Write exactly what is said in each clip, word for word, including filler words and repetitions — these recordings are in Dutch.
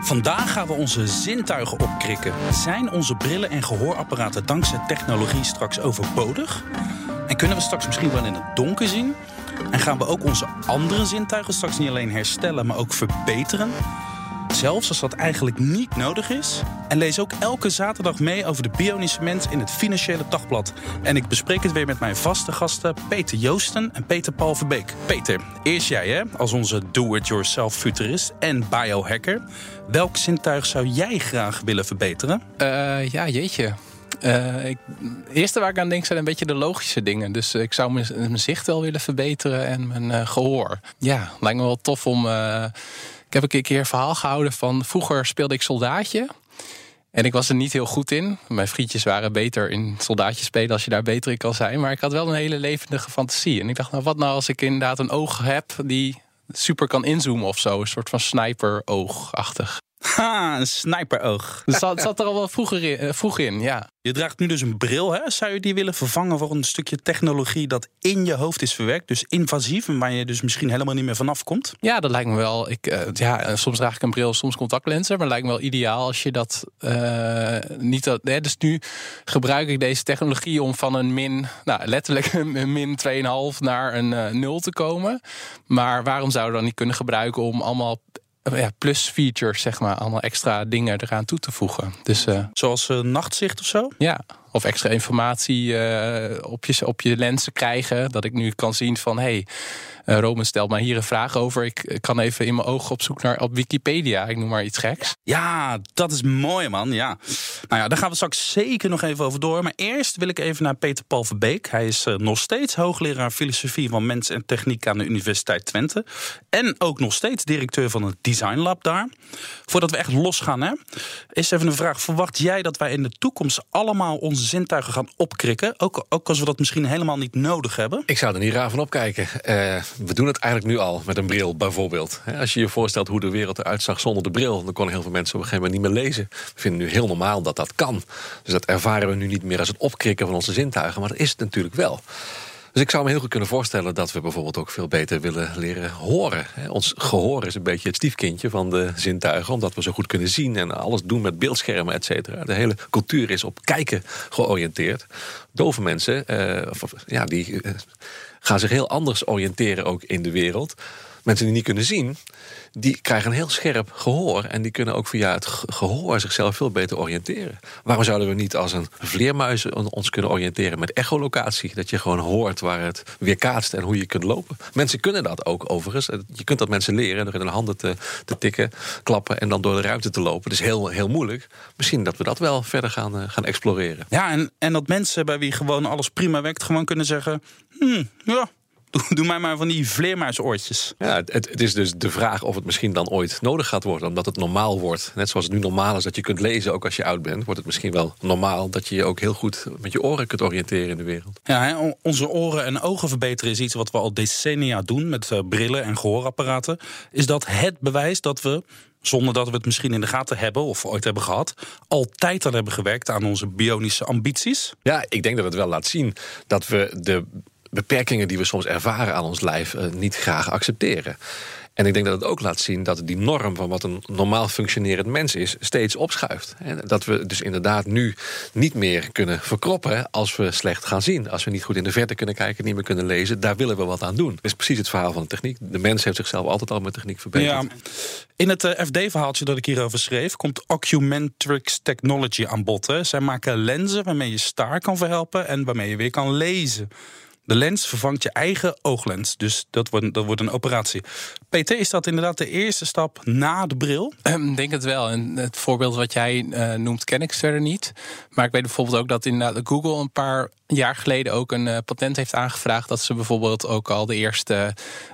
Vandaag gaan we onze zintuigen opkrikken. Zijn onze brillen en gehoorapparaten dankzij technologie straks overbodig? En kunnen we straks misschien wel in het donker zien? En gaan we ook onze andere zintuigen straks niet alleen herstellen, maar ook verbeteren? Zelfs als dat eigenlijk niet nodig is. En lees ook elke zaterdag mee over de bionische mens in het Financiële Dagblad. En ik bespreek het weer met mijn vaste gasten Peter Joosten en Peter Paul Verbeek. Peter, eerst jij hè, als onze do-it-yourself futurist en biohacker. Welk zintuig zou jij graag willen verbeteren? Uh, ja, jeetje. Uh, ik, het eerste waar ik aan denk zijn een beetje de logische dingen. Dus uh, ik zou mijn, mijn zicht wel willen verbeteren en mijn uh, gehoor. Ja, lijkt me wel tof om... Uh, ik heb een keer een verhaal gehouden van... Vroeger speelde ik soldaatje. En ik was er niet heel goed in. Mijn vriendjes waren beter in soldaatje spelen als je daar beter in kan zijn. Maar ik had wel een hele levendige fantasie. En ik dacht, nou wat nou als ik inderdaad een oog heb die super kan inzoomen of zo. Een soort van sniper-oogachtig. Ha, een sniperoog. Dus dat zat er al wel vroeger in, uh, vroeg in, ja. Je draagt nu dus een bril, hè? Zou je die willen vervangen voor een stukje technologie dat in je hoofd is verwerkt? Dus invasief en waar je dus misschien helemaal niet meer vanaf komt? Ja, dat lijkt me wel. Ik, uh, ja, soms draag ik een bril, soms contactlenzen. Maar het lijkt me wel ideaal als je dat uh, niet... Dat, hè, dus nu gebruik ik deze technologie om van een min... Nou, letterlijk een min twee komma vijf naar een uh, nul te komen. Maar waarom zouden we dan niet kunnen gebruiken om allemaal... Ja, plus features, zeg maar, allemaal extra dingen eraan toe te voegen. Dus, uh, Zoals uh, nachtzicht of zo? Ja, of extra informatie uh, op, je, op je lenzen krijgen. Dat ik nu kan zien van, hé, hey, uh, Roman stelt mij hier een vraag over. Ik, ik kan even in mijn ogen op zoek naar op Wikipedia. Ik noem maar iets geks. Ja, dat is mooi, man. Ja. Nou ja, daar gaan we straks zeker nog even over door. Maar eerst wil ik even naar Peter Paul Verbeek. Hij is uh, nog steeds hoogleraar filosofie van mens en techniek aan de Universiteit Twente. En ook nog steeds directeur van het Design Lab daar. Voordat we echt losgaan, hè, is even een vraag. Verwacht jij dat wij in de toekomst allemaal onze zintuigen gaan opkrikken? Ook, ook als we dat misschien helemaal niet nodig hebben? Ik zou er niet raar van opkijken. Uh, we doen het eigenlijk nu al met een bril bijvoorbeeld. Als je je voorstelt hoe de wereld eruit zag zonder de bril, dan konden heel veel mensen op een gegeven moment niet meer lezen. We vinden nu heel normaal dat dat kan. Dus dat ervaren we nu niet meer als het opkrikken van onze zintuigen. Maar dat is het natuurlijk wel. Dus ik zou me heel goed kunnen voorstellen dat we bijvoorbeeld ook veel beter willen leren horen. Ons gehoor is een beetje het stiefkindje van de zintuigen, omdat we zo goed kunnen zien en alles doen met beeldschermen, et cetera. De hele cultuur is op kijken georiënteerd. Dove mensen, uh, of, ja, die uh, gaan zich heel anders oriënteren ook in de wereld. Mensen die niet kunnen zien, die krijgen een heel scherp gehoor. En die kunnen ook via het gehoor zichzelf veel beter oriënteren. Waarom zouden we niet als een vleermuis ons kunnen oriënteren met echolocatie? Dat je gewoon hoort waar het weerkaatst en hoe je kunt lopen. Mensen kunnen dat ook overigens. Je kunt dat mensen leren door in hun handen te, te tikken, klappen en dan door de ruimte te lopen. Dat is heel, heel moeilijk. Misschien dat we dat wel verder gaan, uh, gaan exploreren. Ja, en, en dat mensen bij wie gewoon alles prima werkt gewoon kunnen zeggen, hmm, ja... Doe mij maar van die vleermuisoortjes. Ja, het, het is dus de vraag of het misschien dan ooit nodig gaat worden. Omdat het normaal wordt. Net zoals het nu normaal is dat je kunt lezen, ook als je oud bent, wordt het misschien wel normaal dat je je ook heel goed met je oren kunt oriënteren in de wereld. Ja, hè, onze oren en ogen verbeteren is iets wat we al decennia doen met uh, brillen en gehoorapparaten. Is dat het bewijs dat we, zonder dat we het misschien in de gaten hebben of ooit hebben gehad, altijd al hebben gewerkt aan onze bionische ambities? Ja, ik denk dat het wel laat zien dat we de beperkingen die we soms ervaren aan ons lijf uh, niet graag accepteren. En ik denk dat het ook laat zien dat die norm van wat een normaal functionerend mens is steeds opschuift. En dat we dus inderdaad nu niet meer kunnen verkroppen als we slecht gaan zien. Als we niet goed in de verte kunnen kijken, niet meer kunnen lezen. Daar willen we wat aan doen. Dat is precies het verhaal van de techniek. De mens heeft zichzelf altijd al met techniek verbeterd. Ja, in het uh, F D-verhaaltje dat ik hierover schreef komt Ocumentrix Technology aan bod. Hè. Zij maken lenzen waarmee je staar kan verhelpen en waarmee je weer kan lezen. De lens vervangt je eigen ooglens. Dus dat wordt, dat wordt een operatie. P T, is dat inderdaad de eerste stap na de bril? Ik denk het wel. En het voorbeeld wat jij uh, noemt ken ik verder niet. Maar ik weet bijvoorbeeld ook dat inderdaad Google een paar jaar geleden ook een uh, patent heeft aangevraagd dat ze bijvoorbeeld ook al de eerste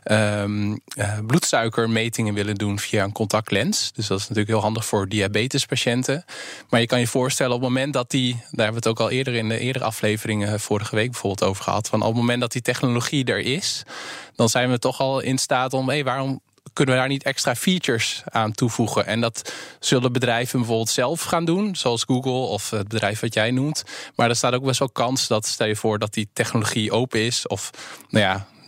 um, uh, bloedsuikermetingen willen doen via een contactlens. Dus dat is natuurlijk heel handig voor diabetespatiënten. Maar je kan je voorstellen op het moment dat die, daar hebben we het ook al eerder in de eerdere afleveringen vorige week bijvoorbeeld over gehad, van op het moment dat die technologie er is, dan zijn we toch al in staat om, hé, hey, waarom kunnen we daar niet extra features aan toevoegen? En dat zullen bedrijven bijvoorbeeld zelf gaan doen, zoals Google of het bedrijf wat jij noemt. Maar er staat ook best wel kans dat, stel je voor dat die technologie open is, of nou ja,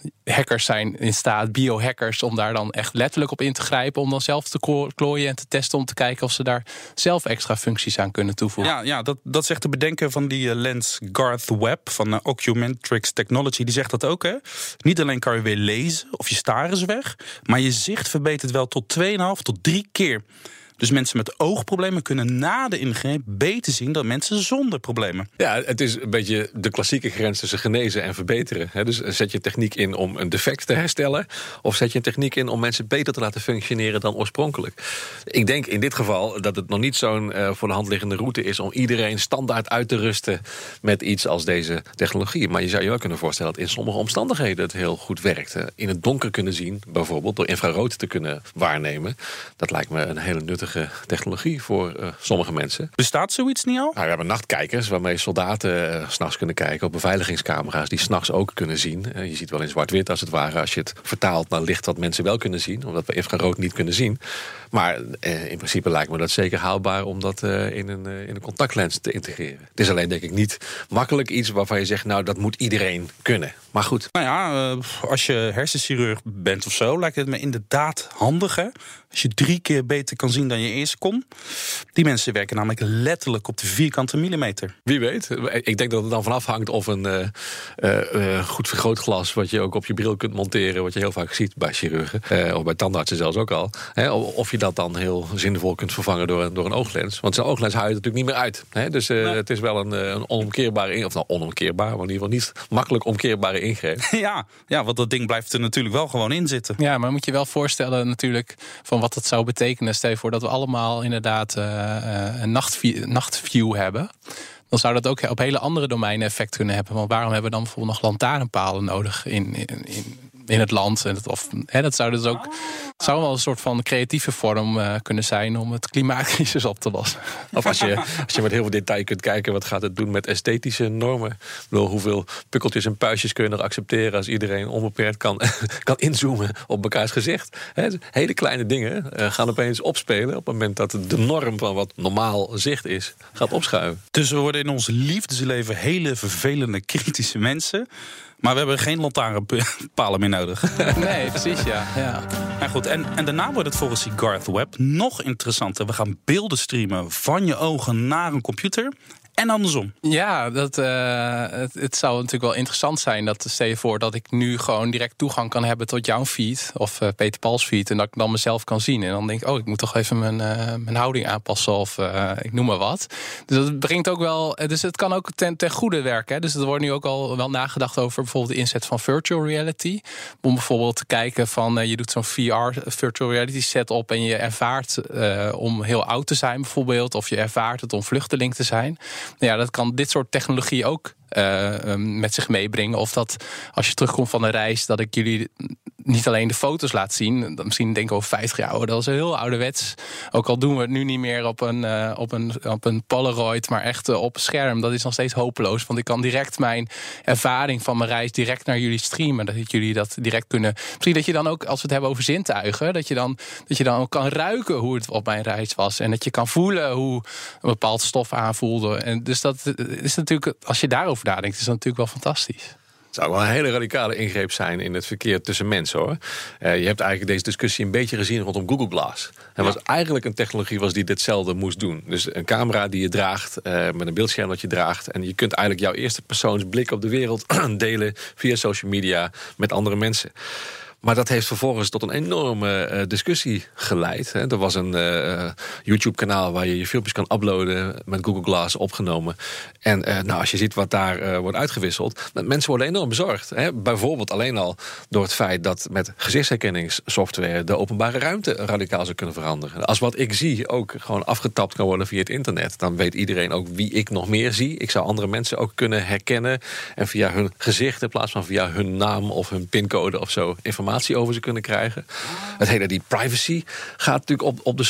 hackers zijn in staat, biohackers, om daar dan echt letterlijk op in te grijpen, om dan zelf te klooien en te testen om te kijken of ze daar zelf extra functies aan kunnen toevoegen. Ja, ja dat, dat zegt de bedenker van die uh, lens Garth Webb van uh, Ocumentrix Technology. Die zegt dat ook, hè. Niet alleen kan je weer lezen of je staar is weg, maar je zicht verbetert wel tot twee komma vijf tot drie keer. Dus mensen met oogproblemen kunnen na de ingreep beter zien dan mensen zonder problemen. Ja, het is een beetje de klassieke grens tussen genezen en verbeteren. Dus zet je techniek in om een defect te herstellen, of zet je een techniek in om mensen beter te laten functioneren dan oorspronkelijk. Ik denk in dit geval dat het nog niet zo'n uh, voor de hand liggende route is om iedereen standaard uit te rusten met iets als deze technologie. Maar je zou je wel kunnen voorstellen dat in sommige omstandigheden het heel goed werkt. In het donker kunnen zien, bijvoorbeeld door infrarood te kunnen waarnemen. Dat lijkt me een hele nuttige technologie voor uh, sommige mensen. Bestaat zoiets niet al? Nou, we hebben nachtkijkers waarmee soldaten uh, 's nachts kunnen kijken op beveiligingscamera's die 's nachts ook kunnen zien. Uh, je ziet wel in zwart-wit als het ware als je het vertaalt naar licht dat mensen wel kunnen zien, omdat we infrarood niet kunnen zien. Maar uh, in principe lijkt me dat zeker haalbaar om dat uh, in, een, uh, in een contactlens te integreren. Het is alleen denk ik niet makkelijk iets waarvan je zegt, nou dat moet iedereen kunnen. Maar goed. Nou ja, uh, als je hersenchirurg bent of zo, lijkt het me inderdaad handig, hè? Als je drie keer beter kan zien dan je eerst kon. Die mensen werken namelijk letterlijk op de vierkante millimeter. Wie weet. Ik denk dat het dan vanaf hangt of een uh, uh, uh, goed vergrootglas wat je ook op je bril kunt monteren, wat je heel vaak ziet bij chirurgen, uh, of bij tandartsen zelfs ook al. Hè, of je dat dan heel zinvol kunt vervangen door een, door een ooglens. Want zo'n ooglens haal je natuurlijk niet meer uit. Hè? Dus uh, nee. Het is wel een, een onomkeerbare, of nou onomkeerbaar, maar in ieder geval niet makkelijk omkeerbare ingreep. Ja, ja, want dat ding blijft er natuurlijk wel gewoon in zitten. Ja, maar moet je wel voorstellen natuurlijk van wat dat zou betekenen. Stel je voor dat we allemaal inderdaad uh, een nachtview, nachtview hebben. Dan zou dat ook op hele andere domeinen effect kunnen hebben. Want waarom hebben we dan bijvoorbeeld nog lantaarnpalen nodig in, in, in, in het land? En het, of, hè, dat zou dus ook zou wel een soort van creatieve vorm uh, kunnen zijn om het klimaatcrisis op te lossen. Of als je, als je met heel veel detail kunt kijken, wat gaat het doen met esthetische normen? Ik bedoel, hoeveel pukkeltjes en puistjes kun je nog accepteren als iedereen onbeperkt kan, kan inzoomen op elkaars gezicht? He, hele kleine dingen uh, gaan opeens opspelen op het moment dat de norm van wat normaal zicht is, gaat opschuiven. Dus we worden in ons liefdesleven hele vervelende, kritische mensen. Maar we hebben geen lantaarnpalen meer nodig. Nee, precies, ja. ja. Nou goed, en, en daarna wordt het volgens die Garth Webb nog interessanter. We gaan beelden streamen van je ogen naar een computer. En andersom. Ja, dat, uh, het, het zou natuurlijk wel interessant zijn. Dat stel je voor dat ik nu gewoon direct toegang kan hebben tot jouw feed. Of uh, Peter Pauls feed. En dat ik dan mezelf kan zien. En dan denk ik, oh, ik moet toch even mijn, uh, mijn houding aanpassen. Of uh, ik noem maar wat. Dus dat brengt ook wel. Dus het kan ook ten, ten goede werken. Hè. Dus er wordt nu ook al wel nagedacht over bijvoorbeeld de inzet van virtual reality. Om bijvoorbeeld te kijken van uh, je doet zo'n V R, virtual reality set op. En je ervaart uh, om heel oud te zijn bijvoorbeeld. Of je ervaart het om vluchteling te zijn. Ja, dat kan dit soort technologie ook uh, um, met zich meebrengen. Of dat als je terugkomt van een reis, dat ik jullie niet alleen de foto's laat zien. Misschien denk ik over vijftig jaar, oh, dat is heel ouderwets. Ook al doen we het nu niet meer op een, uh, op een, op een Polaroid, maar echt uh, op een scherm. Dat is nog steeds hopeloos. Want ik kan direct mijn ervaring van mijn reis direct naar jullie streamen. Dat jullie dat direct kunnen. Misschien dat je dan ook, als we het hebben over zintuigen, dat je dan, dat je dan ook kan ruiken hoe het op mijn reis was. En dat je kan voelen hoe een bepaald stof aanvoelde. En dus dat is natuurlijk, als je daarover nadenkt, is dat natuurlijk wel fantastisch. Het zou wel een hele radicale ingreep zijn in het verkeer tussen mensen, hoor. Uh, je hebt eigenlijk deze discussie een beetje gezien rondom Google Glass. En was eigenlijk een technologie was die ditzelfde moest doen. Dus een camera die je draagt, uh, met een beeldscherm dat je draagt. En je kunt eigenlijk jouw eerste persoons blik op de wereld delen via social media met andere mensen. Maar dat heeft vervolgens tot een enorme uh, discussie geleid. Hè. Er was een uh, YouTube-kanaal waar je je filmpjes kan uploaden met Google Glass opgenomen. En uh, nou, als je ziet wat daar uh, wordt uitgewisseld, mensen worden enorm bezorgd. Hè. Bijvoorbeeld alleen al door het feit dat met gezichtsherkenningssoftware de openbare ruimte radicaal zou kunnen veranderen. Als wat ik zie ook gewoon afgetapt kan worden via het internet, dan weet iedereen ook wie ik nog meer zie. Ik zou andere mensen ook kunnen herkennen en via hun gezicht in plaats van via hun naam of hun pincode of zo informatie over ze kunnen krijgen. Het hele die privacy gaat natuurlijk op, op de schop.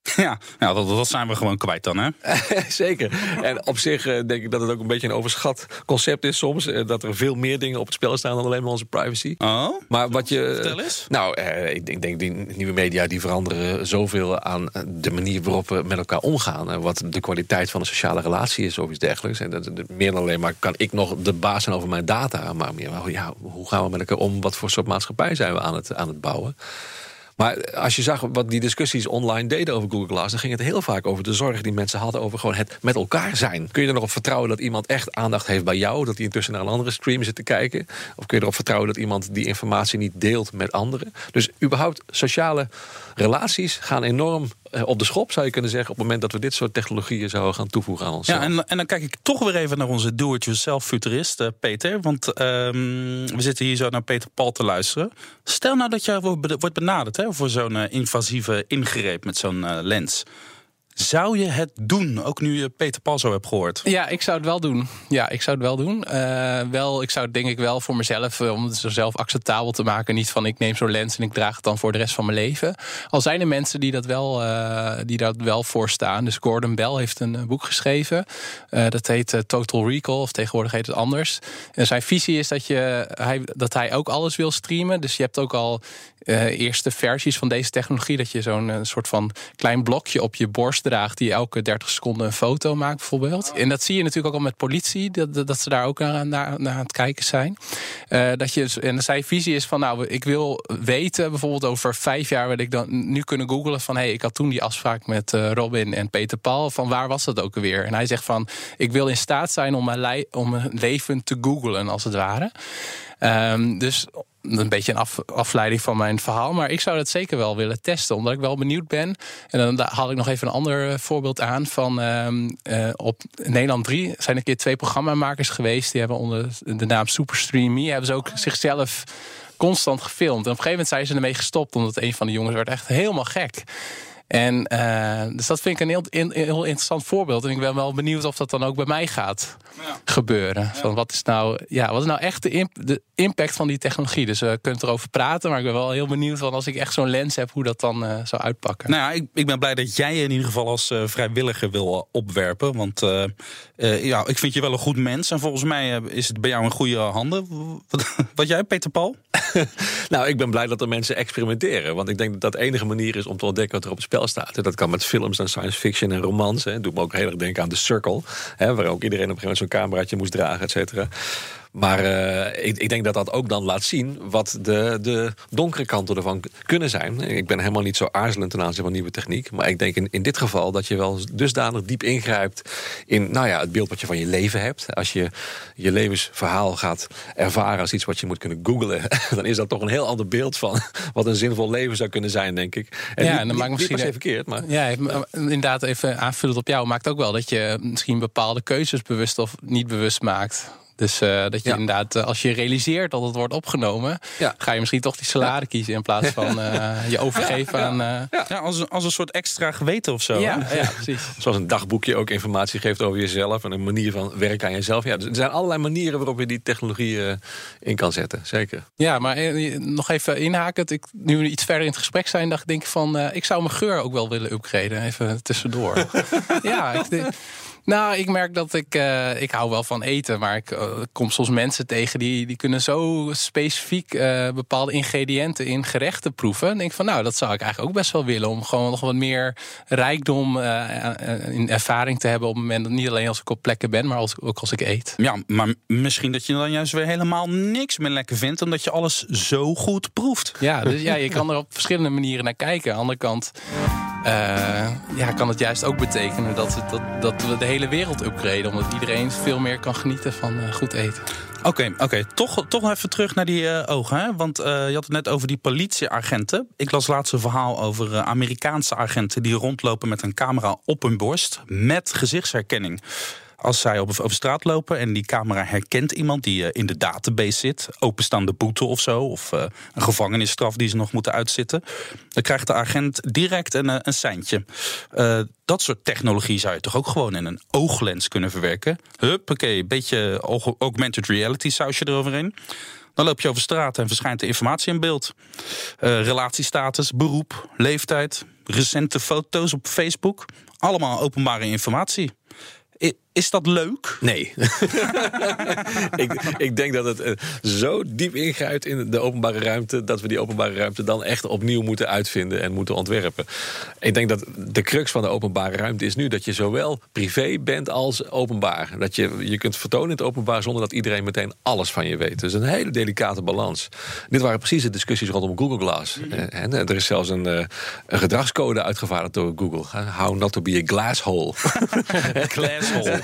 Ja, nou, dat, dat zijn we gewoon kwijt dan, hè? Zeker. En op zich uh, denk ik dat het ook een beetje een overschat concept is soms. Uh, dat er veel meer dingen op het spel staan dan alleen maar onze privacy. Oh, maar wat je, vertel eens. Nou, uh, ik denk, denk die nieuwe media die veranderen zoveel aan de manier waarop we met elkaar omgaan. En wat de kwaliteit van een sociale relatie is of iets dergelijks. En dat, dat, meer dan alleen maar kan ik nog de baas zijn over mijn data. Maar meer, ja, hoe gaan we met elkaar om? Wat voor soort maatschappij zijn we aan het, aan het bouwen? Maar als je zag wat die discussies online deden over Google Glass, dan ging het heel vaak over de zorg die mensen hadden over gewoon het met elkaar zijn. Kun je er nog op vertrouwen dat iemand echt aandacht heeft bij jou, dat hij intussen naar een andere stream zit te kijken? Of kun je erop vertrouwen dat iemand die informatie niet deelt met anderen? Dus überhaupt sociale relaties gaan enorm op de schop, zou je kunnen zeggen, op het moment dat we dit soort technologieën zouden gaan toevoegen aan onszelf. Ja, en, en dan kijk ik toch weer even naar onze do-it-yourself futurist, uh, Peter. Want um, we zitten hier zo naar Peter Paul te luisteren. Stel nou dat je wordt benaderd hè, voor zo'n uh, invasieve ingreep met zo'n uh, lens. Zou je het doen, ook nu je Peter Paul zo hebt gehoord? Ja, ik zou het wel doen. Ja, ik zou het wel doen. Uh, wel, ik zou het denk ik wel voor mezelf, om het zo zelf acceptabel te maken. Niet van ik neem zo'n lens en ik draag het dan voor de rest van mijn leven. Al zijn er mensen die dat wel, uh, die dat wel voorstaan. Dus Gordon Bell heeft een boek geschreven. Uh, dat heet uh, Total Recall, of tegenwoordig heet het anders. En zijn visie is dat, je, hij, dat hij ook alles wil streamen. Dus je hebt ook al uh, eerste versies van deze technologie. Dat je zo'n uh, soort van klein blokje op je borst draagt die elke dertig seconden een foto maakt bijvoorbeeld. En dat zie je natuurlijk ook al met politie, dat, dat ze daar ook naar, naar, naar aan het kijken zijn. Uh, dat je, en zijn visie is van, nou, ik wil weten, bijvoorbeeld over vijf jaar, wil ik dan nu kunnen googlen van, hé, hey, ik had toen die afspraak met uh, Robin en Peter Paul, van waar was dat ook alweer? En hij zegt van, ik wil in staat zijn om mijn, le- om mijn leven te googlen, als het ware. Um, dus een beetje een af, afleiding van mijn verhaal. Maar ik zou dat zeker wel willen testen, omdat ik wel benieuwd ben. En dan haal ik nog even een ander voorbeeld aan. Van um, uh, op Nederland drie zijn een keer twee programmamakers geweest. Die hebben onder de naam Superstream Me, hebben ze ook zichzelf constant gefilmd. En op een gegeven moment zijn ze ermee gestopt, omdat een van de jongens werd echt helemaal gek. En uh, dus dat vind ik een heel, in, heel interessant voorbeeld. En ik ben wel benieuwd of dat dan ook bij mij gaat ja. gebeuren. Ja. Van wat is nou, ja, wat is nou echt de, imp, de impact van die technologie? Dus we kunnen erover praten, maar ik ben wel heel benieuwd van als ik echt zo'n lens heb, hoe dat dan uh, zou uitpakken. Nou ja, ik, ik ben blij dat jij je in ieder geval als uh, vrijwilliger wil opwerpen. Want uh, uh, ja, ik vind je wel een goed mens. En volgens mij uh, is het bij jou in goede handen. Wat, wat jij, Peter Paul? Nou, ik ben blij dat er mensen experimenteren. Want ik denk dat dat de enige manier is om te ontdekken wat er op het spel staat. En dat kan met films en science fiction en romans. Hè. Doet me ook heel erg denken aan The Circle. Hè, waar ook iedereen op een gegeven moment zo'n cameraatje moest dragen, et cetera. Maar uh, ik, ik denk dat dat ook dan laat zien wat de, de donkere kanten ervan kunnen zijn. Ik ben helemaal niet zo aarzelend ten aanzien van nieuwe techniek. Maar ik denk in, in dit geval dat je wel dusdanig diep ingrijpt in nou ja, het beeld wat je van je leven hebt. Als je je levensverhaal gaat ervaren als iets wat je moet kunnen googlen, dan is dat toch een heel ander beeld van wat een zinvol leven zou kunnen zijn, denk ik. En ja, niet, en dan maakt niet, misschien niet per se verkeerd. Maar ja, inderdaad, even aanvullend op jou, maakt ook wel dat je misschien bepaalde keuzes bewust of niet bewust maakt. Dus uh, dat je ja. inderdaad, uh, als je realiseert dat het wordt opgenomen, ja. ga je misschien toch die salade ja. kiezen in plaats van uh, je overgeven ja, ja. aan. Uh... Ja, ja als, een, als een soort extra geweten of zo. Ja, ja, precies. Zoals een dagboekje ook informatie geeft over jezelf en een manier van werken aan jezelf. Ja, er zijn allerlei manieren waarop je die technologie uh, in kan zetten, zeker. Ja, maar uh, nog even inhakend. Ik, nu we iets verder in het gesprek zijn, dacht ik denk van, uh, ik zou mijn geur ook wel willen upgraden. Even tussendoor. ja, ik denk. Nou, ik merk dat ik... Uh, ik hou wel van eten, maar ik uh, kom soms mensen tegen die, die kunnen zo specifiek uh, bepaalde ingrediënten in gerechten proeven. En denk van, nou, dat zou ik eigenlijk ook best wel willen. Om gewoon nog wat meer rijkdom uh, in ervaring te hebben op het moment dat niet alleen als ik op plekken ben, maar als, ook als ik eet. Ja, maar misschien dat je dan juist weer helemaal niks meer lekker vindt, omdat je alles zo goed proeft. Ja, dus ja, je kan er op verschillende manieren naar kijken. Aan de andere kant uh, ja, kan het juist ook betekenen dat, het, dat, dat we de hele wereld upgraden, omdat iedereen veel meer kan genieten van uh, goed eten. Oké, okay, okay. toch, toch even terug naar die uh, ogen. Hè? Want uh, je had het net over die politieagenten. Ik las laatst een verhaal over uh, Amerikaanse agenten die rondlopen met een camera op hun borst met gezichtsherkenning. Als zij op, over straat lopen en die camera herkent iemand die uh, in de database zit, openstaande boete of zo, of uh, een gevangenisstraf die ze nog moeten uitzitten, dan krijgt de agent direct een, uh, een seintje. Uh, dat soort technologie zou je toch ook gewoon in een ooglens kunnen verwerken? Huppakee, een beetje augmented reality sausje eroverheen. Dan loop je over straat en verschijnt de informatie in beeld. Uh, relatiestatus, beroep, leeftijd. recente foto's op Facebook. Allemaal openbare informatie. Is dat leuk? Nee. ik, ik denk dat het uh, zo diep ingrijpt in de openbare ruimte... dat we die openbare ruimte dan echt opnieuw moeten uitvinden en moeten ontwerpen. Ik denk dat de crux van de openbare ruimte is nu... dat je zowel privé bent als openbaar. Dat je je kunt vertonen in het openbaar zonder dat iedereen meteen alles van je weet. Dus een hele delicate balans. Dit waren precies de discussies rondom Google Glass. Mm-hmm. En er is zelfs een, uh, een gedragscode uitgevaardigd door Google. How not to be a glasshole. Glasshole.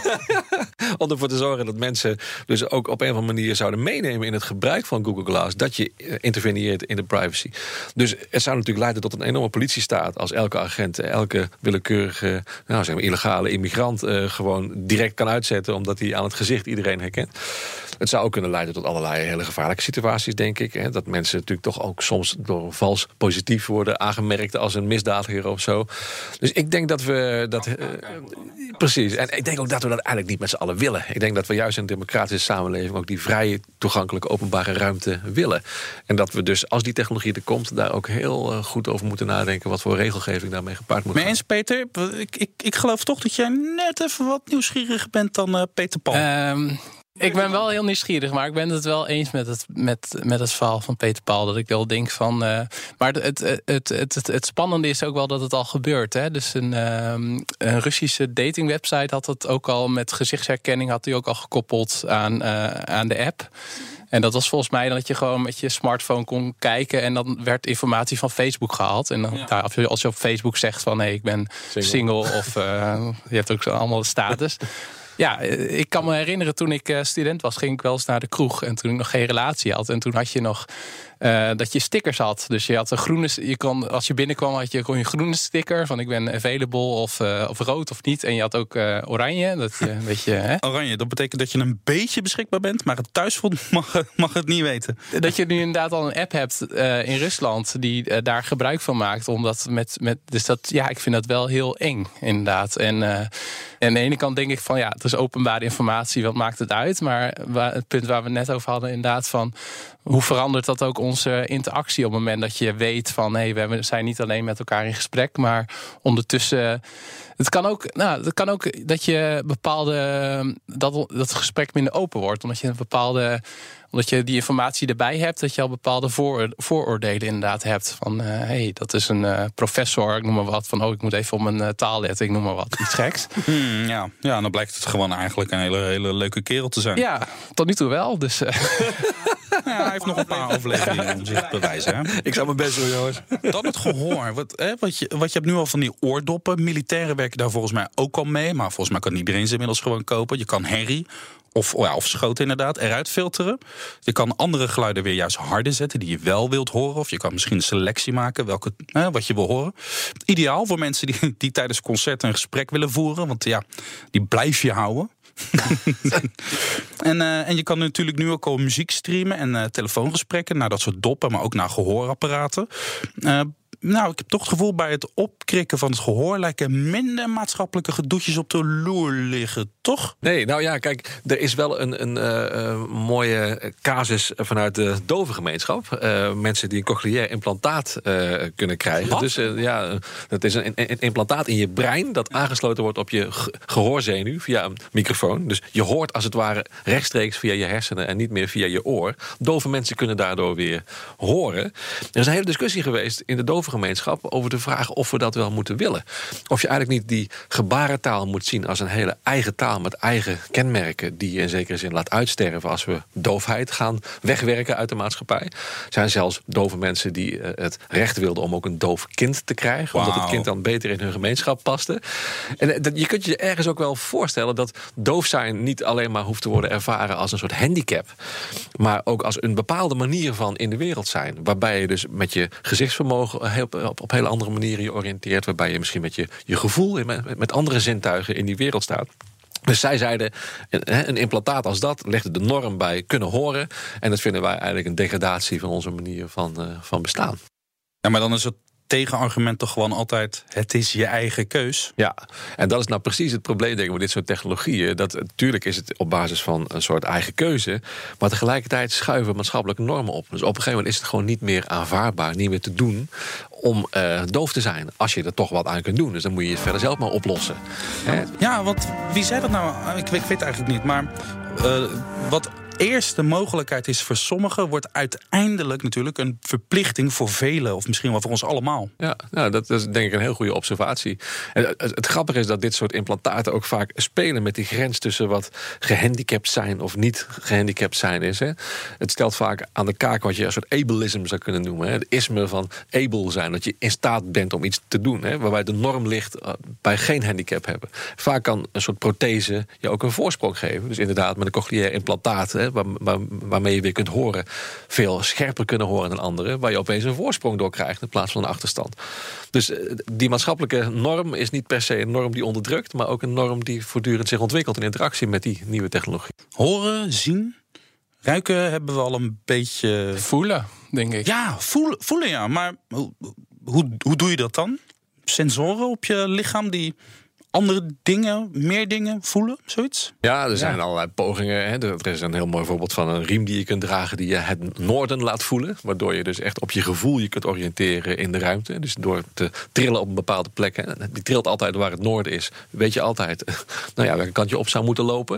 Om ervoor te zorgen dat mensen dus ook op een of andere manier zouden meenemen in het gebruik van Google Glass, dat je interveneert in de privacy. Dus het zou natuurlijk leiden tot een enorme politiestaat als elke agent, elke willekeurige, nou zeg maar illegale immigrant uh, gewoon direct kan uitzetten omdat hij aan het gezicht iedereen herkent. Het zou ook kunnen leiden tot allerlei hele gevaarlijke situaties, denk ik. Hè, dat mensen natuurlijk toch ook soms door vals positief worden aangemerkt als een misdadiger of zo. Dus ik denk dat we dat uh, precies. En ik denk ook dat we dat eigenlijk niet met z'n allen willen. Ik denk dat we juist in een democratische samenleving ook die vrije, toegankelijke, openbare ruimte willen. En dat we dus, als die technologie er komt, daar ook heel uh, goed over moeten nadenken wat voor regelgeving daarmee gepaard moet gaan. Maar eens, Peter, ik, ik, ik geloof toch dat jij net even wat nieuwsgieriger bent dan uh, Peter Paul. Um... Ik ben wel heel nieuwsgierig, maar ik ben het wel eens met het, met, met het verhaal van Peter Paul. Dat ik wel denk van... Uh, maar het, het, het, het, het, het spannende is ook wel dat het al gebeurt. Hè? Dus een, um, een Russische datingwebsite had het ook al met gezichtsherkenning... had hij ook al gekoppeld aan, uh, aan de app. En dat was volgens mij dat je gewoon met je smartphone kon kijken... en dan werd informatie van Facebook gehaald. En dan, ja. nou, als je op Facebook zegt van... hé, hey, ik ben single, single of uh, je hebt ook zo allemaal de status... Ja, ik kan me herinneren toen ik student was, ging ik wel eens naar de kroeg. En toen ik nog geen relatie had. En toen had je nog uh, dat je stickers had. Dus je had een groene. Je kon, als je binnenkwam, had je gewoon een groene sticker van ik ben available of, uh, of rood of niet. En je had ook uh, oranje. Dat je een beetje, hè? Oranje, dat betekent dat je een beetje beschikbaar bent, maar het thuisfront mag, mag het niet weten. Dat je nu inderdaad al een app hebt uh, in Rusland die uh, daar gebruik van maakt. Omdat met, met, dus dat, ja, ik vind dat wel heel eng, inderdaad. En uh, En aan de ene kant denk ik van ja, het is openbare informatie, wat maakt het uit? Maar waar, het punt waar we het net over hadden, inderdaad van hoe verandert dat ook onze interactie op het moment dat je weet van hé, hey, we zijn niet alleen met elkaar in gesprek, maar ondertussen. Het kan ook, nou, het kan ook dat je bepaalde dat, dat het gesprek minder open wordt, omdat je een bepaalde. Omdat je die informatie erbij hebt, dat je al bepaalde voor, vooroordelen inderdaad hebt. Van, hé, uh, hey, dat is een uh, professor, ik noem maar wat. Van, oh, ik moet even op mijn uh, taal letten, ik noem maar wat. Iets geks. Hmm, ja. ja, dan blijkt het gewoon eigenlijk een hele, hele leuke kerel te zijn. Ja, tot nu toe wel. Dus, uh. ja, hij heeft nog een paar afleveringen om zich te bewijzen. Hè? Ik zou mijn best doen, jongens. Dan het gehoor. Wat, hè, wat, je, wat je hebt nu al van die oordoppen. Militairen werken daar volgens mij ook al mee. Maar volgens mij kan iedereen ze inmiddels gewoon kopen. Je kan herrie. Of, ja, of schoten inderdaad, eruit filteren. Je kan andere geluiden weer juist harder zetten die je wel wilt horen. Of je kan misschien een selectie maken welke, hè, wat je wil horen. Ideaal voor mensen die, die tijdens concerten een gesprek willen voeren. Want ja, die blijf je houden. en, uh, en je kan natuurlijk nu ook al muziek streamen en uh, telefoongesprekken naar dat soort doppen, maar ook naar gehoorapparaten. Uh, Nou, ik heb toch het gevoel bij het opkrikken van het gehoor lijken minder maatschappelijke gedoetjes op de loer liggen, toch? Nee, nou ja, kijk, er is wel een, een uh, mooie casus vanuit de dovengemeenschap. Uh, mensen die een cochleair implantaat uh, kunnen krijgen. Wat? Dus uh, ja, dat is een, een implantaat in je brein dat aangesloten wordt op je ge- gehoorzenuw via een microfoon. Dus je hoort als het ware rechtstreeks via je hersenen en niet meer via je oor. Dove mensen kunnen daardoor weer horen. Er is een hele discussie geweest in de dovengemeenschap over de vraag of we dat wel moeten willen. Of je eigenlijk niet die gebarentaal moet zien als een hele eigen taal met eigen kenmerken die je in zekere zin laat uitsterven als we doofheid gaan wegwerken uit de maatschappij. Er zijn zelfs dove mensen die het recht wilden om ook een doof kind te krijgen, wow. Omdat het kind dan beter in hun gemeenschap paste. En je kunt je ergens ook wel voorstellen dat doof zijn niet alleen maar hoeft te worden ervaren als een soort handicap, maar ook als een bepaalde manier van in de wereld zijn, waarbij je dus met je gezichtsvermogen heel Op, op hele andere manieren je oriënteert, waarbij je misschien met je, je gevoel, met, met andere zintuigen in die wereld staat. Dus zij zeiden, een, een implantaat als dat legde de norm bij kunnen horen. En dat vinden wij eigenlijk een degradatie van onze manier van, uh, van bestaan. Ja, maar dan is het tegenargument toch gewoon altijd: het is je eigen keus. Ja, en dat is nou precies het probleem, denk ik, met dit soort technologieën. Dat natuurlijk is het op basis van een soort eigen keuze, maar tegelijkertijd schuiven maatschappelijke normen op. Dus op een gegeven moment is het gewoon niet meer aanvaardbaar, niet meer te doen om uh, doof te zijn. Als je er toch wat aan kunt doen. Dus dan moet je het verder zelf maar oplossen. Hè? Ja, want wie zei dat nou? Ik, ik weet het eigenlijk niet, maar uh, wat eerst de mogelijkheid is voor sommigen, wordt uiteindelijk natuurlijk een verplichting voor velen, of misschien wel voor ons allemaal. Ja, nou, dat is denk ik een heel goede observatie. En het, het grappige is dat dit soort implantaten ook vaak spelen met die grens tussen wat gehandicapt zijn of niet gehandicapt zijn is. Hè. Het stelt vaak aan de kaak wat je een soort ableism zou kunnen noemen. Hè. Het isme van able zijn, dat je in staat bent om iets te doen. Hè, waarbij de norm ligt bij geen handicap hebben. Vaak kan een soort prothese je ook een voorsprong geven. Dus inderdaad met een cochleair implantaat, hè, Waar, waar, waarmee je weer kunt horen, veel scherper kunnen horen dan anderen, waar je opeens een voorsprong door krijgt in plaats van een achterstand. Dus die maatschappelijke norm is niet per se een norm die onderdrukt, maar ook een norm die voortdurend zich ontwikkelt in interactie met die nieuwe technologie. Horen, zien, ruiken hebben we al een beetje. Voelen, denk ik. Ja, voelen, voelen ja. Maar hoe, hoe, hoe doe je dat dan? Sensoren op je lichaam die andere dingen, meer dingen voelen, zoiets? Ja, er zijn ja. allerlei pogingen. Hè. Er is een heel mooi voorbeeld van een riem die je kunt dragen die je het noorden laat voelen. Waardoor je dus echt op je gevoel je kunt oriënteren in de ruimte. Dus door te trillen op een bepaalde plek. Hè. Die trilt altijd waar het noorden is. Weet je altijd, nou ja, welke kant je op zou moeten lopen.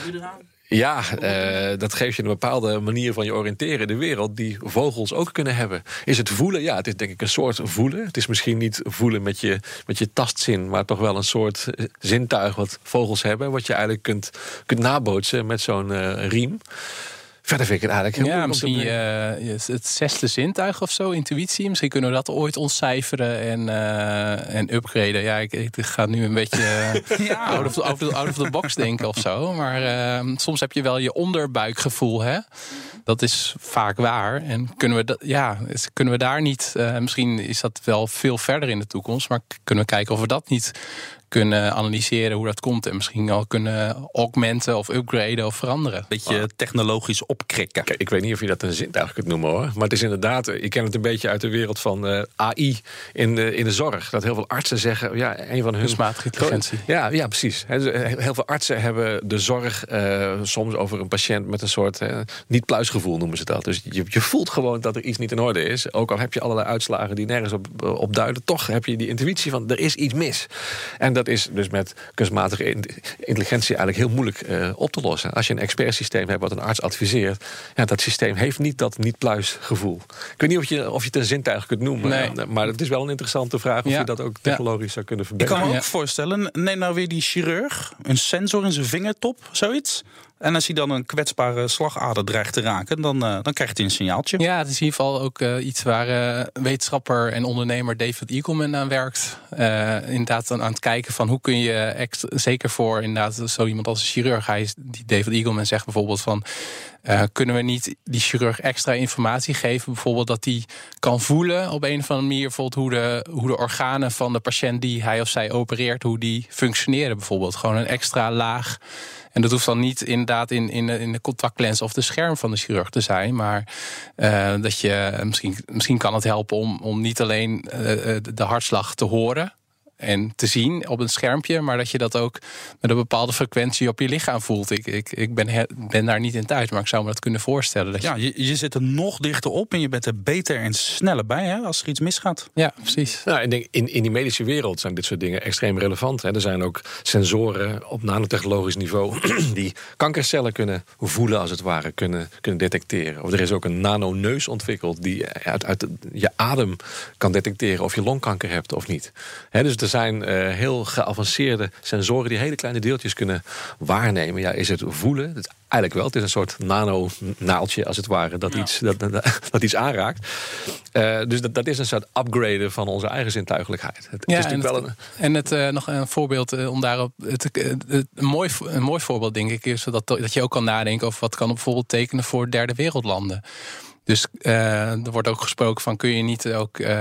Ja, uh, dat geeft je een bepaalde manier van je oriënteren in de wereld die vogels ook kunnen hebben. Is het voelen? Ja, het is denk ik een soort voelen. Het is misschien niet voelen met je, met je tastzin, maar toch wel een soort zintuig wat vogels hebben, wat je eigenlijk kunt, kunt nabootsen met zo'n uh, riem. Verder vind ik het eigenlijk heel ja, moeilijk. misschien uh, het zesde zintuig of zo, intuïtie. Misschien kunnen we dat ooit ontcijferen en, uh, en upgraden. Ja, ik, ik ga nu een beetje uh, ja. out, of the, out, of the, out of the box denken of zo. Maar uh, soms heb je wel je onderbuikgevoel, hè? Dat is vaak waar. En kunnen we, dat, ja, kunnen we daar niet, uh, misschien is dat wel veel verder in de toekomst, maar kunnen we kijken of we dat niet kunnen analyseren hoe dat komt en misschien al kunnen augmenten of upgraden of veranderen. Beetje wow. technologisch opkrikken. Kijk, ik weet niet of je dat een zintuig kunt noemen hoor. Maar het is inderdaad, ik ken het een beetje uit de wereld van uh, A I in de, in de zorg. Dat heel veel artsen zeggen, ja, een van hun kunstmatige intelligentie. Ja, ja, precies. Heel veel artsen hebben de zorg uh, soms over een patiënt met een soort uh, niet-pluisgevoel noemen ze dat. Dus je, je voelt gewoon dat er iets niet in orde is. Ook al heb je allerlei uitslagen die nergens op, op duiden, toch heb je die intuïtie van er is iets mis. En dat is dus met kunstmatige intelligentie eigenlijk heel moeilijk uh, op te lossen. Als je een expertsysteem hebt wat een arts adviseert, ja, dat systeem heeft niet dat niet-pluisgevoel. Ik weet niet of je, of je het een zintuig kunt noemen, nee. Maar het is wel een interessante vraag of ja. je dat ook technologisch ja. zou kunnen verbeteren. Ik kan me ook ja. voorstellen, neem nou weer die chirurg, een sensor in zijn vingertop, zoiets. En als hij dan een kwetsbare slagader dreigt te raken, dan, uh, dan krijgt hij een signaaltje. Ja, het is in ieder geval ook uh, iets waar uh, wetenschapper en ondernemer David Eagleman aan werkt. Uh, inderdaad aan, aan het kijken van hoe kun je, extra, zeker voor inderdaad zo iemand als een chirurg, hij is, die David Eagleman zegt bijvoorbeeld van, Uh, kunnen we niet die chirurg extra informatie geven? Bijvoorbeeld dat hij kan voelen op een of andere manier bijvoorbeeld hoe de, hoe de organen van de patiënt die hij of zij opereert, hoe die functioneren bijvoorbeeld. Gewoon een extra laag. En dat hoeft dan niet inderdaad in, in, in de contactlens of de scherm van de chirurg te zijn. Maar uh, dat je misschien, misschien kan het helpen om, om niet alleen uh, de hartslag te horen en te zien op een schermpje, maar dat je dat ook met een bepaalde frequentie op je lichaam voelt. Ik, ik, ik ben, he, ben daar niet in thuis, maar ik zou me dat kunnen voorstellen. Dat ja, je, je zit er nog dichter op en je bent er beter en sneller bij, hè, als er iets misgaat. Ja, precies. Nou, ik denk, in, in die medische wereld zijn dit soort dingen extreem relevant. Hè. Er zijn ook sensoren op nanotechnologisch niveau die kankercellen kunnen voelen, als het ware, kunnen, kunnen detecteren. Of er is ook een nanoneus ontwikkeld die uit, uit je adem kan detecteren of je longkanker hebt of niet. Hè, dus er zijn uh, heel geavanceerde sensoren die hele kleine deeltjes kunnen waarnemen. Ja, is het voelen? Het, eigenlijk wel. Het is een soort nano-naaltje, als het ware, dat, ja. iets, dat, dat, dat iets aanraakt. Uh, dus dat, dat is een soort upgraden van onze eigen zintuigelijkheid. Het, ja, het is en, wel het, een... en het uh, nog een voorbeeld uh, om daarop. Het, het, het, een, mooi, een mooi voorbeeld, denk ik, is dat, dat je ook kan nadenken over wat kan bijvoorbeeld tekenen voor derde wereldlanden. Dus uh, er wordt ook gesproken van, kun je niet ook uh,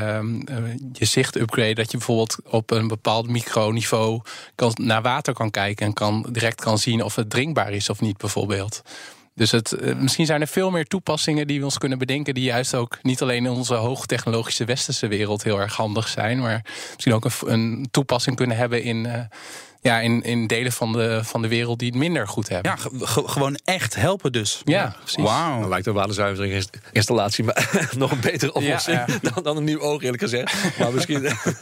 je zicht upgraden, dat je bijvoorbeeld op een bepaald microniveau kan, naar water kan kijken en kan, direct kan zien of het drinkbaar is of niet bijvoorbeeld. Dus het, uh, misschien zijn er veel meer toepassingen die we ons kunnen bedenken, die juist ook niet alleen in onze hoogtechnologische westerse wereld heel erg handig zijn, maar misschien ook een, een toepassing kunnen hebben in, uh, ja, in, in delen van de, van de wereld die het minder goed hebben. Ja, ge- ge- gewoon echt helpen dus. Ja, ja, precies. Wauw. Dan lijkt de waardezuiveringinstallatie maar nog een betere oplossing ja, ja. Dan, dan een nieuw oog, eerlijk gezegd. Maar misschien...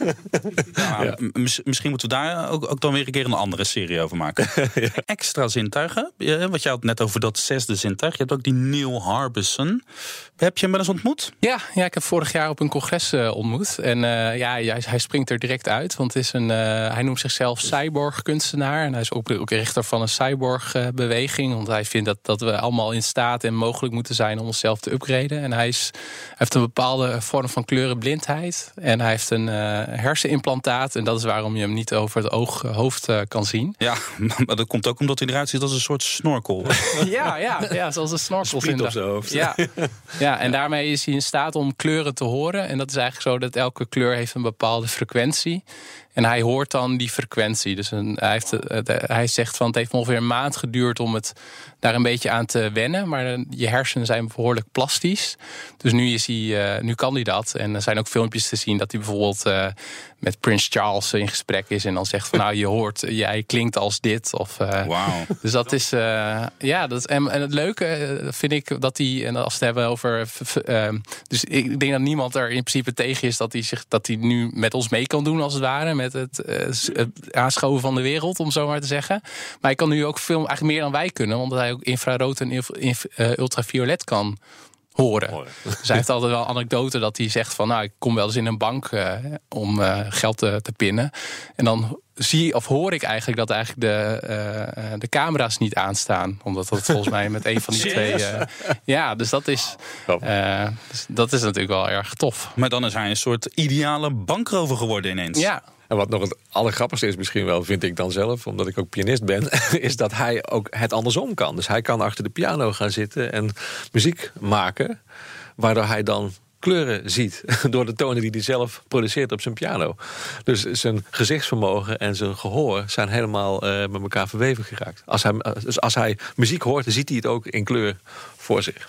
ja, ja. M- misschien moeten we daar ook, ook dan weer een keer een andere serie over maken. ja. Extra zintuigen. Wat jij had net over dat zesde zintuig. Je hebt ook die Neil Harbisson. Heb je hem wel eens ontmoet? Ja, ja, ik heb vorig jaar op een congres uh, ontmoet. En uh, ja, hij, hij springt er direct uit. Want het is een, uh, hij noemt zichzelf cyborg-kunstenaar. En hij is ook, ook richter van een cyborg-beweging. Want hij vindt dat, dat we allemaal in staat en mogelijk moeten zijn om onszelf te upgraden. En hij, is, hij heeft een bepaalde vorm van kleurenblindheid. En hij heeft een uh, hersenimplantaat. En dat is waarom je hem niet over het oog, hoofd uh, kan zien. Ja, maar dat komt ook omdat hij eruit ziet als een soort snorkel. ja, ja, ja, zoals een snorkel. Spriet op zijn hoofd. Ja. Ja, en daarmee is hij in staat om kleuren te horen. En dat is eigenlijk zo dat elke kleur heeft een bepaalde frequentie. En hij hoort dan die frequentie. Dus een, hij, heeft, hij zegt van het heeft ongeveer een maand geduurd om het daar een beetje aan te wennen. Maar je hersenen zijn behoorlijk plastisch. Dus nu, is hij, uh, nu kan hij dat. En er zijn ook filmpjes te zien dat hij bijvoorbeeld uh, met Prins Charles in gesprek is. En dan zegt van nou je hoort, jij klinkt als dit. Of, uh, Wauw. Dus dat is, uh, ja, dat, en, en het leuke vind ik dat hij, en als we het hebben over... Uh, dus ik denk dat niemand er in principe tegen is dat hij, zich, dat hij nu met ons mee kan doen als het ware. Met het, uh, het aanschoven van de wereld, om zo maar te zeggen. Maar hij kan nu ook veel, eigenlijk meer dan wij kunnen. Omdat hij ook infrarood en inf, inf, uh, ultraviolet kan horen. Mooi. Dus hij heeft altijd wel een anekdote dat hij zegt van nou, ik kom wel eens in een bank uh, om uh, geld te, te pinnen. En dan zie of hoor ik eigenlijk dat eigenlijk de, uh, de camera's niet aanstaan. Omdat dat volgens mij met een van die twee... Uh, ja, dus dat is, uh, dus dat is natuurlijk wel erg tof. Maar dan is hij een soort ideale bankrover geworden ineens. Ja. En wat nog het allergrappigste is misschien wel, vind ik dan zelf, omdat ik ook pianist ben, is dat hij ook het andersom kan. Dus hij kan achter de piano gaan zitten en muziek maken, waardoor hij dan kleuren ziet door de tonen die hij zelf produceert op zijn piano. Dus zijn gezichtsvermogen en zijn gehoor zijn helemaal uh, met elkaar verweven geraakt. Als hij, dus als hij muziek hoort, dan ziet hij het ook in kleur voor zich.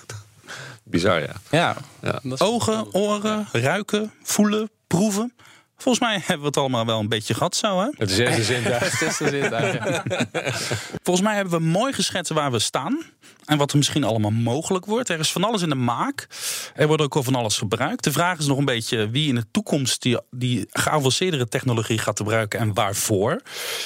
Bizar, ja. Ja, ja. Ogen, oren, ruiken, voelen, proeven. Volgens mij hebben we het allemaal wel een beetje gehad zo, hè? Het zesde zintuig. Het zesde zintuig, ja. Volgens mij hebben we mooi geschetst waar we staan. En wat er misschien allemaal mogelijk wordt. Er is van alles in de maak. Er wordt ook al van alles gebruikt. De vraag is nog een beetje wie in de toekomst die, die geavanceerdere technologie gaat gebruiken en waarvoor.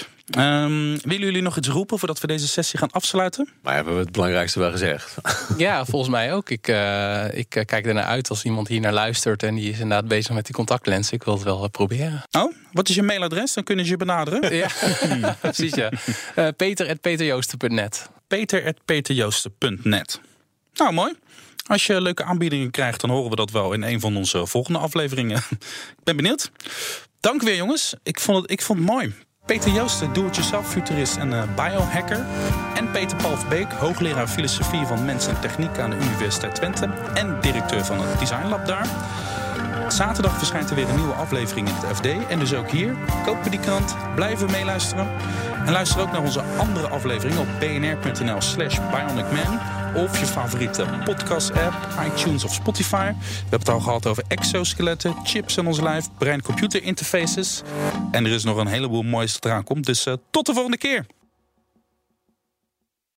Um, willen jullie nog iets roepen voordat we deze sessie gaan afsluiten? Maar hebben we het belangrijkste wel gezegd. Ja, volgens mij ook. Ik, uh, ik kijk ernaar uit als iemand hier naar luistert en die is inderdaad bezig met die contactlens. Ik wil het wel uh, proberen. Oh, wat is je mailadres? Dan kunnen ze je benaderen. Ja, precies ja. Uh, peter at peterjoosten punt net peter at peterjoosten punt net Nou, mooi. Als je leuke aanbiedingen krijgt, dan horen we dat wel in een van onze volgende afleveringen. Ik ben benieuwd. Dank weer, jongens. Ik vond het, ik vond het mooi. Peter Joosten, doe-het-jezelf-futurist en uh, biohacker. En Peter Paul Verbeek, hoogleraar filosofie van mens en techniek aan de Universiteit Twente. En directeur van het Design Lab daar. Zaterdag verschijnt er weer een nieuwe aflevering in het F D. En dus ook hier. Kopen die krant, blijven meeluisteren. En luister ook naar onze andere afleveringen op bnr.nl slash bionicman. Of je favoriete podcast-app, iTunes of Spotify. We hebben het al gehad over exoskeletten, chips in ons lijf, brein-computer interfaces. En er is nog een heleboel moois dat eraan komt. Dus uh, tot de volgende keer.